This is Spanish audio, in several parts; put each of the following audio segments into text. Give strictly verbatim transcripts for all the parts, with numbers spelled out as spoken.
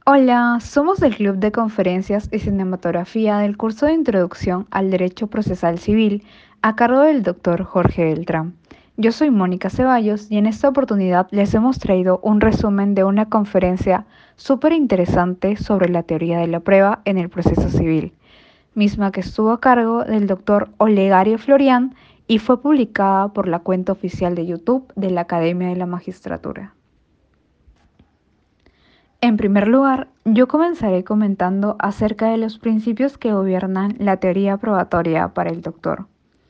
Hola, somos del Club de Conferencias y Cinematografía del curso de Introducción al Derecho Procesal Civil a cargo del doctor Jorge Beltrán. Yo soy Mónica Ceballos y en esta oportunidad les hemos traído un resumen de una conferencia súper interesante sobre la teoría de la prueba en el proceso civil, misma que estuvo a cargo del doctor Olegario Florián y fue publicada por la cuenta oficial de YouTube de la Academia de la Magistratura. En primer lugar, yo comenzaré comentando acerca de los principios que gobiernan la teoría probatoria para el doctor.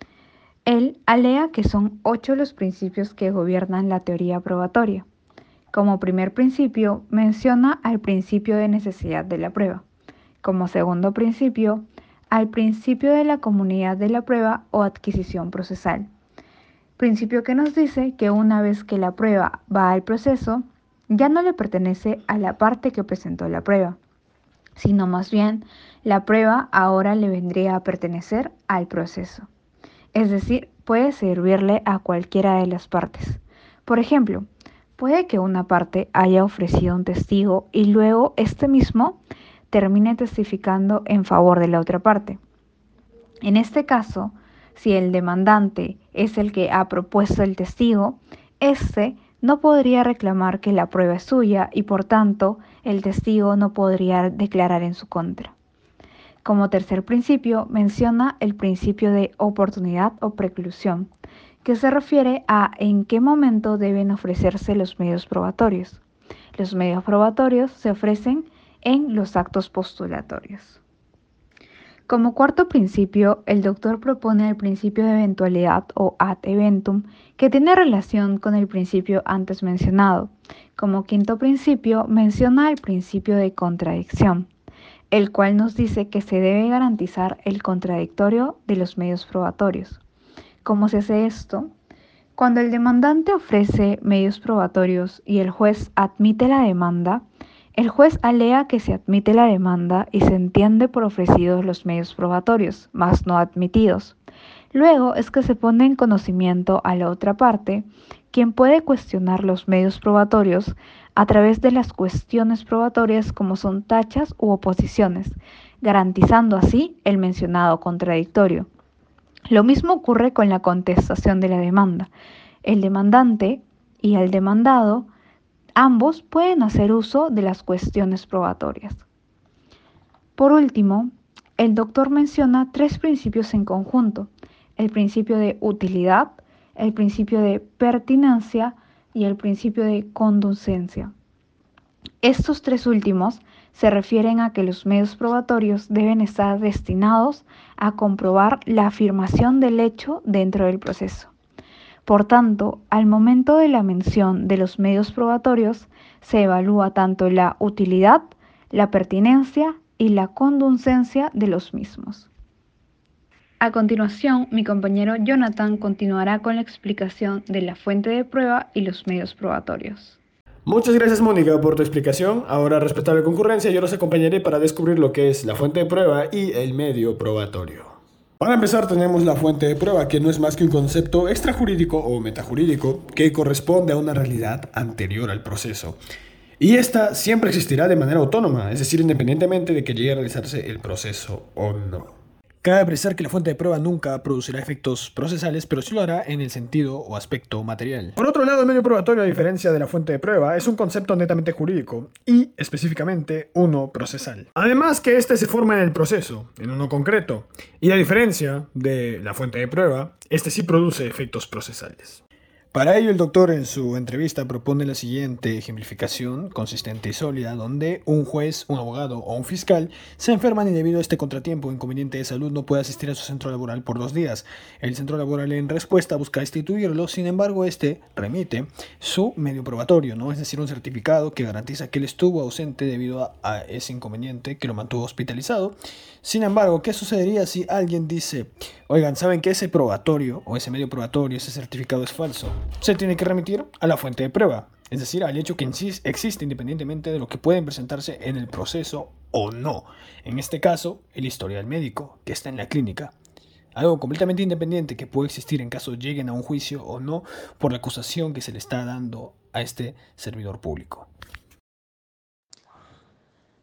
Él alega que son ocho los principios que gobiernan la teoría probatoria. Como primer principio, menciona al principio de necesidad de la prueba. Como segundo principio, al principio de la comunidad de la prueba o adquisición procesal. Principio que nos dice que una vez que la prueba va al proceso, ya no le pertenece a la parte que presentó la prueba, sino más bien la prueba ahora le vendría a pertenecer al proceso. Es decir, puede servirle a cualquiera de las partes. Por ejemplo, puede que una parte haya ofrecido un testigo y luego este mismo termine testificando en favor de la otra parte. En este caso, si el demandante es el que ha propuesto el testigo, éste no podría reclamar que la prueba es suya y por tanto el testigo no podría declarar en su contra. Como tercer principio, menciona el principio de oportunidad o preclusión, que se refiere a en qué momento deben ofrecerse los medios probatorios. Los medios probatorios se ofrecen en los actos postulatorios. Como cuarto principio, el doctor propone el principio de eventualidad o ad eventum, que tiene relación con el principio antes mencionado. Como quinto principio, menciona el principio de contradicción, el cual nos dice que se debe garantizar el contradictorio de los medios probatorios. ¿Cómo se hace esto? Cuando el demandante ofrece medios probatorios y el juez admite la demanda, el juez alega que se admite la demanda y se entiende por ofrecidos los medios probatorios, mas no admitidos. Luego es que se pone en conocimiento a la otra parte, quien puede cuestionar los medios probatorios a través de las cuestiones probatorias como son tachas u oposiciones, garantizando así el mencionado contradictorio. Lo mismo ocurre con la contestación de la demanda. El demandante y el demandado, ambos pueden hacer uso de las cuestiones probatorias. Por último, el doctor menciona tres principios en conjunto: el principio de utilidad, el principio de pertinencia y el principio de conducencia. Estos tres últimos se refieren a que los medios probatorios deben estar destinados a comprobar la afirmación del hecho dentro del proceso. Por tanto, al momento de la mención de los medios probatorios, se evalúa tanto la utilidad, la pertinencia y la conducencia de los mismos. A continuación, mi compañero Jonathan continuará con la explicación de la fuente de prueba y los medios probatorios. Muchas gracias, Mónica, por tu explicación. Ahora, respetable concurrencia, yo los acompañaré para descubrir lo que es la fuente de prueba y el medio probatorio. Para empezar, tenemos la fuente de prueba, que no es más que un concepto extrajurídico o metajurídico que corresponde a una realidad anterior al proceso. Y esta siempre existirá de manera autónoma, es decir, independientemente de que llegue a realizarse el proceso o no. Cabe precisar que la fuente de prueba nunca producirá efectos procesales, pero sí lo hará en el sentido o aspecto material. Por otro lado, el medio probatorio, a diferencia de la fuente de prueba, es un concepto netamente jurídico y, específicamente, uno procesal. Además que este se forma en el proceso, en uno concreto, y a diferencia de la fuente de prueba, este sí produce efectos procesales. Para ello, el doctor en su entrevista propone la siguiente ejemplificación consistente y sólida, donde un juez, un abogado o un fiscal se enferman y debido a este contratiempo o inconveniente de salud no puede asistir a su centro laboral por dos días. El centro laboral en respuesta busca instituirlo, sin embargo este remite su medio probatorio, ¿no? Es decir, un certificado que garantiza que él estuvo ausente debido a, a ese inconveniente que lo mantuvo hospitalizado. Sin embargo, ¿qué sucedería si alguien dice: oigan, ¿saben que ese probatorio o ese medio probatorio, ese certificado es falso? Se tiene que remitir a la fuente de prueba, es decir, al hecho que en sí existe independientemente de lo que pueden presentarse en el proceso o no. En este caso, el historial médico que está en la clínica. Algo completamente independiente que puede existir en caso lleguen a un juicio o no por la acusación que se le está dando a este servidor público.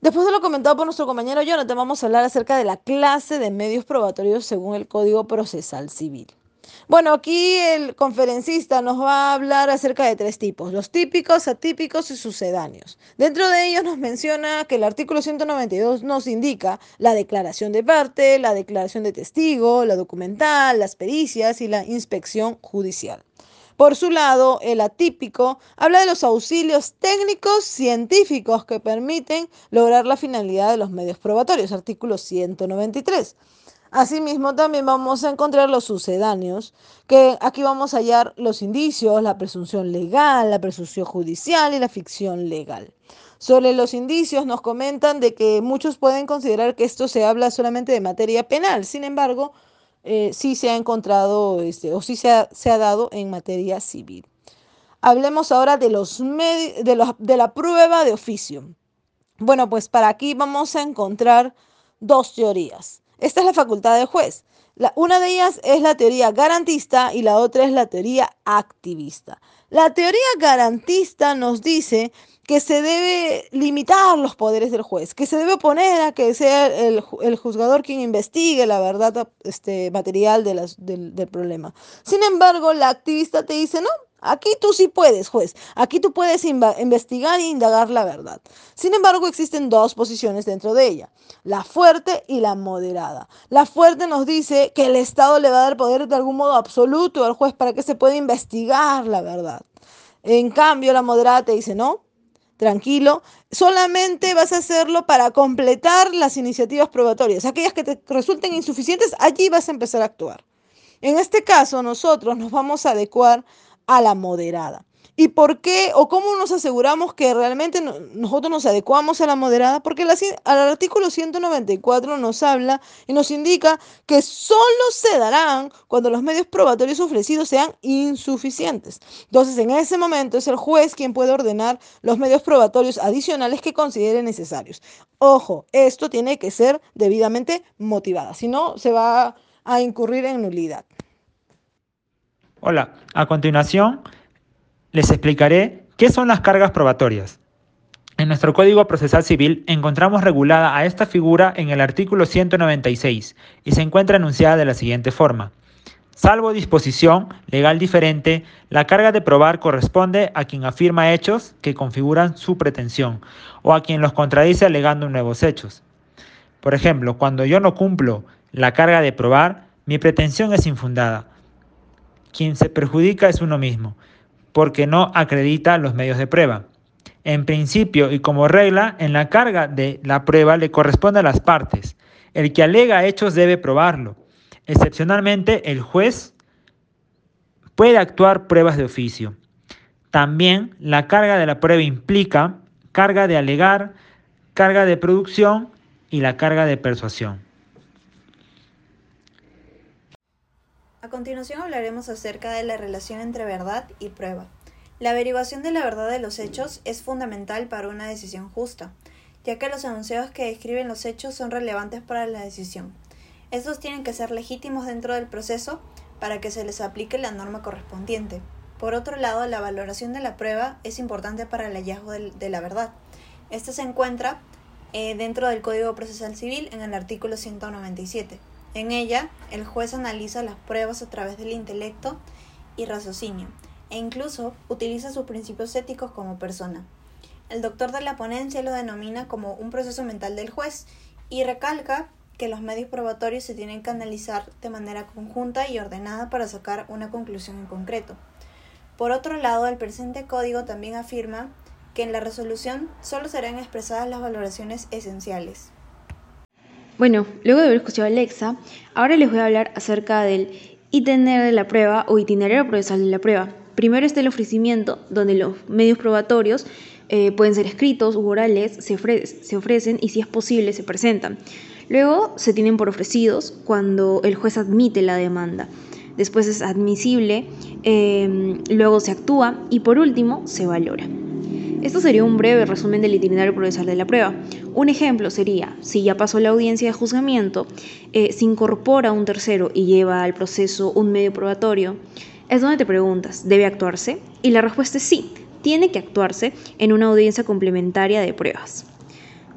Después de lo comentado por nuestro compañero Jonathan, vamos a hablar acerca de la clase de medios probatorios según el Código Procesal Civil. Bueno, aquí el conferencista nos va a hablar acerca de tres tipos: los típicos, atípicos y sucedáneos. Dentro de ellos nos menciona que el artículo ciento noventa y dos nos indica la declaración de parte, la declaración de testigo, la documental, las pericias y la inspección judicial. Por su lado, el atípico habla de los auxilios técnicos científicos que permiten lograr la finalidad de los medios probatorios, artículo ciento noventa y tres. Asimismo, también vamos a encontrar los sucedáneos, que aquí vamos a hallar los indicios, la presunción legal, la presunción judicial y la ficción legal. Sobre los indicios nos comentan de que muchos pueden considerar que esto se habla solamente de materia penal. Sin embargo, eh, sí se ha encontrado este, o sí se ha, se ha dado en materia civil. Hablemos ahora de, los de, los, de la prueba de oficio. Bueno, pues para aquí vamos a encontrar dos teorías. Esta es la facultad del juez. La, una de ellas es la teoría garantista y la otra es la teoría activista. La teoría garantista nos dice que se debe limitar los poderes del juez, que se debe oponer a que sea el, el juzgador quien investigue la verdad este, material de las, del, del problema. Sin embargo, la activista te dice, no, aquí tú sí puedes, juez. Aquí tú puedes investigar e indagar la verdad. Sin embargo, existen dos posiciones dentro de ella: la fuerte y la moderada. La fuerte nos dice que el Estado le va a dar poder de algún modo absoluto al juez para que se pueda investigar la verdad. En cambio, la moderada te dice, no, tranquilo, solamente vas a hacerlo para completar las iniciativas probatorias. Aquellas que te resulten insuficientes, allí vas a empezar a actuar. En este caso, nosotros nos vamos a adecuar a la moderada. ¿Y por qué o cómo nos aseguramos que realmente no, nosotros nos adecuamos a la moderada? Porque la, al artículo ciento noventa y cuatro nos habla y nos indica que solo se darán cuando los medios probatorios ofrecidos sean insuficientes. Entonces, en ese momento es el juez quien puede ordenar los medios probatorios adicionales que considere necesarios. Ojo, esto tiene que ser debidamente motivada, si no se va a incurrir en nulidad. Hola, a continuación les explicaré qué son las cargas probatorias. En nuestro Código Procesal Civil encontramos regulada a esta figura en el artículo ciento noventa y seis y se encuentra enunciada de la siguiente forma: salvo disposición legal diferente, la carga de probar corresponde a quien afirma hechos que configuran su pretensión o a quien los contradice alegando nuevos hechos. Por ejemplo, cuando yo no cumplo la carga de probar, mi pretensión es infundada. Quien se perjudica es uno mismo, porque no acredita los medios de prueba. En principio y como regla, en la carga de la prueba le corresponde a las partes. El que alega hechos debe probarlo. Excepcionalmente, el juez puede actuar pruebas de oficio. También la carga de la prueba implica carga de alegar, carga de producción y la carga de persuasión. A continuación hablaremos acerca de la relación entre verdad y prueba. La averiguación de la verdad de los hechos es fundamental para una decisión justa, ya que los enunciados que describen los hechos son relevantes para la decisión. Estos tienen que ser legítimos dentro del proceso para que se les aplique la norma correspondiente. Por otro lado, la valoración de la prueba es importante para el hallazgo de la verdad. Esta se encuentra eh, dentro del Código Procesal Civil en el artículo ciento noventa y siete. En ella, el juez analiza las pruebas a través del intelecto y raciocinio, e incluso utiliza sus principios éticos como persona. El doctor de la ponencia lo denomina como un proceso mental del juez y recalca que los medios probatorios se tienen que analizar de manera conjunta y ordenada para sacar una conclusión en concreto. Por otro lado, el presente código también afirma que en la resolución solo serán expresadas las valoraciones esenciales. Bueno, luego de haber escuchado a Alexa, ahora les voy a hablar acerca del itinerario de la prueba o itinerario procesal de la prueba. Primero está el ofrecimiento, donde los medios probatorios eh, pueden ser escritos u orales, se, ofre- se ofrecen y si es posible se presentan. Luego se tienen por ofrecidos cuando el juez admite la demanda. Después es admisible, eh, luego se actúa y por último se valora. Esto sería un breve resumen del itinerario procesal de la prueba. Un ejemplo sería, si ya pasó la audiencia de juzgamiento, eh, se incorpora un tercero y lleva al proceso un medio probatorio, es donde te preguntas, ¿debe actuarse? Y la respuesta es sí, tiene que actuarse en una audiencia complementaria de pruebas.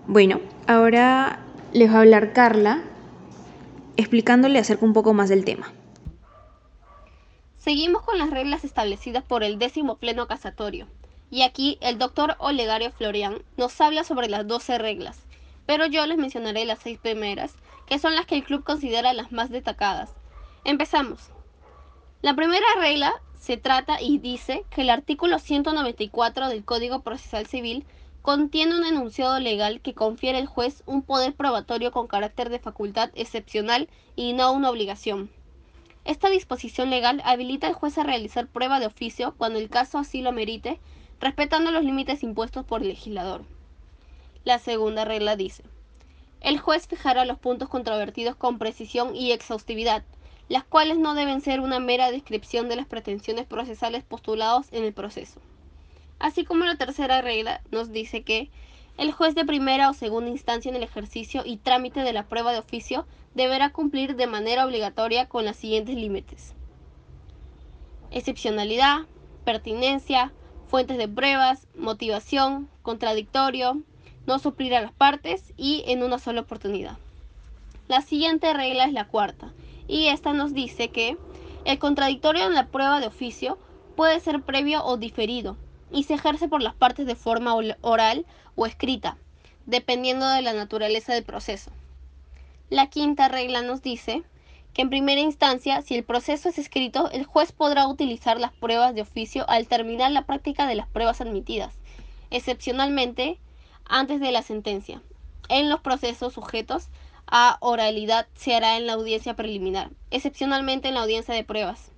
Bueno, ahora les va a hablar Carla, explicándole acerca un poco más del tema. Seguimos con las reglas establecidas por el décimo pleno casatorio. Y aquí el doctor Olegario Florian nos habla sobre las doce reglas, pero yo les mencionaré las seis primeras, que son las que el club considera las más destacadas. Empezamos. La primera regla se trata y dice que el artículo ciento noventa y cuatro del Código Procesal Civil contiene un enunciado legal que confiere al juez un poder probatorio con carácter de facultad excepcional y no una obligación. Esta disposición legal habilita al juez a realizar prueba de oficio cuando el caso así lo merite, respetando los límites impuestos por el legislador. La segunda regla dice: el juez fijará los puntos controvertidos con precisión y exhaustividad, las cuales no deben ser una mera descripción de las pretensiones procesales postulados en el proceso. Así como la tercera regla nos dice que el juez de primera o segunda instancia en el ejercicio y trámite de la prueba de oficio deberá cumplir de manera obligatoria con los siguientes límites: excepcionalidad, pertinencia, fuentes de pruebas, motivación, contradictorio, no suplir a las partes y en una sola oportunidad. La siguiente regla es la cuarta, y esta nos dice que el contradictorio en la prueba de oficio puede ser previo o diferido, y se ejerce por las partes de forma oral o escrita, dependiendo de la naturaleza del proceso. La quinta regla nos dice que en primera instancia, si el proceso es escrito, el juez podrá utilizar las pruebas de oficio al terminar la práctica de las pruebas admitidas, excepcionalmente antes de la sentencia. En los procesos sujetos a oralidad se hará en la audiencia preliminar, excepcionalmente en la audiencia de pruebas.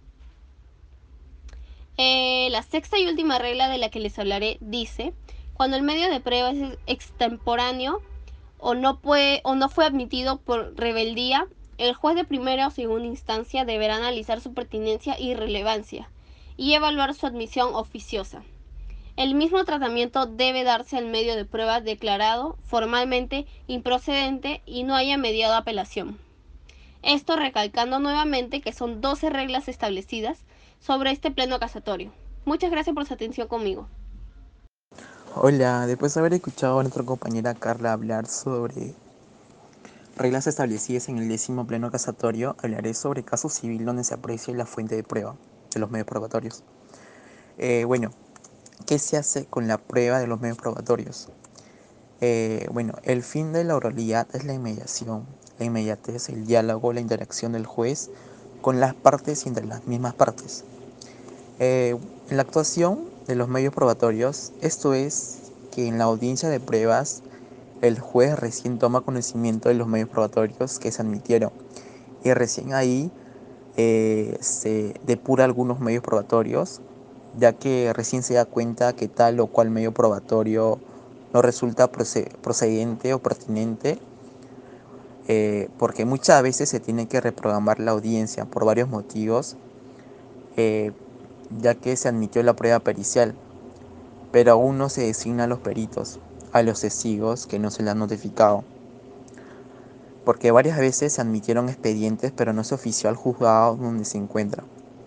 Eh, la sexta y última regla de la que les hablaré dice: cuando el medio de prueba es extemporáneo o no, puede, o no fue admitido por rebeldía, el juez de primera o segunda instancia deberá analizar su pertinencia y relevancia y evaluar su admisión oficiosa. El mismo tratamiento debe darse al medio de prueba declarado formalmente improcedente y no haya mediado apelación. Esto recalcando nuevamente que son doce reglas establecidas sobre este pleno casatorio. Muchas gracias por su atención conmigo. Hola, después de haber escuchado a nuestra compañera Carla hablar sobre reglas establecidas en el décimo pleno casatorio, hablaré sobre caso civil donde se aprecia la fuente de prueba de los medios probatorios. Eh, bueno, ¿qué se hace con la prueba de los medios probatorios? Eh, bueno, el fin de la oralidad es la inmediación, la inmediatez, el diálogo, la interacción del juez con las partes y entre las mismas partes. Eh, en la actuación de los medios probatorios, esto es que en la audiencia de pruebas el juez recién toma conocimiento de los medios probatorios que se admitieron y recién ahí eh, se depura algunos medios probatorios, ya que recién se da cuenta que tal o cual medio probatorio no resulta procedente o pertinente, eh, porque muchas veces se tiene que reprogramar la audiencia por varios motivos, eh, ya que se admitió la prueba pericial, pero aún no se designa a los peritos, a los testigos que no se les ha notificado, porque varias veces se admitieron expedientes pero no se ofició al juzgado donde se encuentra.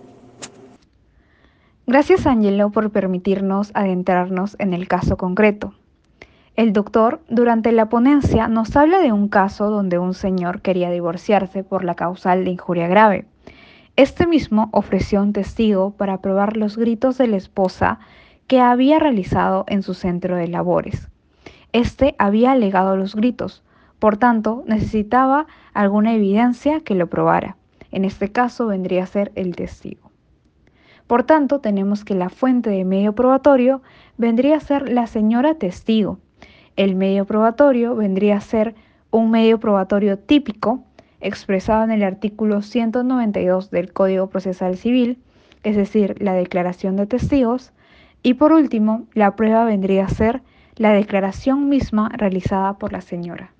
Gracias, Ángelo, por permitirnos adentrarnos en el caso concreto. El doctor, durante la ponencia, nos habla de un caso donde un señor quería divorciarse por la causal de injuria grave. Este mismo ofreció un testigo para probar los gritos de la esposa que había realizado en su centro de labores. Este había alegado los gritos, por tanto, necesitaba alguna evidencia que lo probara. En este caso vendría a ser el testigo. Por tanto, tenemos que la fuente de medio probatorio vendría a ser la señora testigo. El medio probatorio vendría a ser un medio probatorio típico expresado en el artículo ciento noventa y dos del Código Procesal Civil, es decir, la declaración de testigos. Y por último, la prueba vendría a ser la declaración misma realizada por la señora.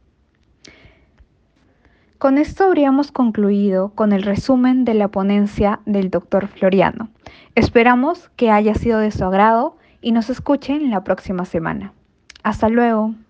Con esto habríamos concluido con el resumen de la ponencia del doctor Floriano. Esperamos que haya sido de su agrado y nos escuchen la próxima semana. Hasta luego.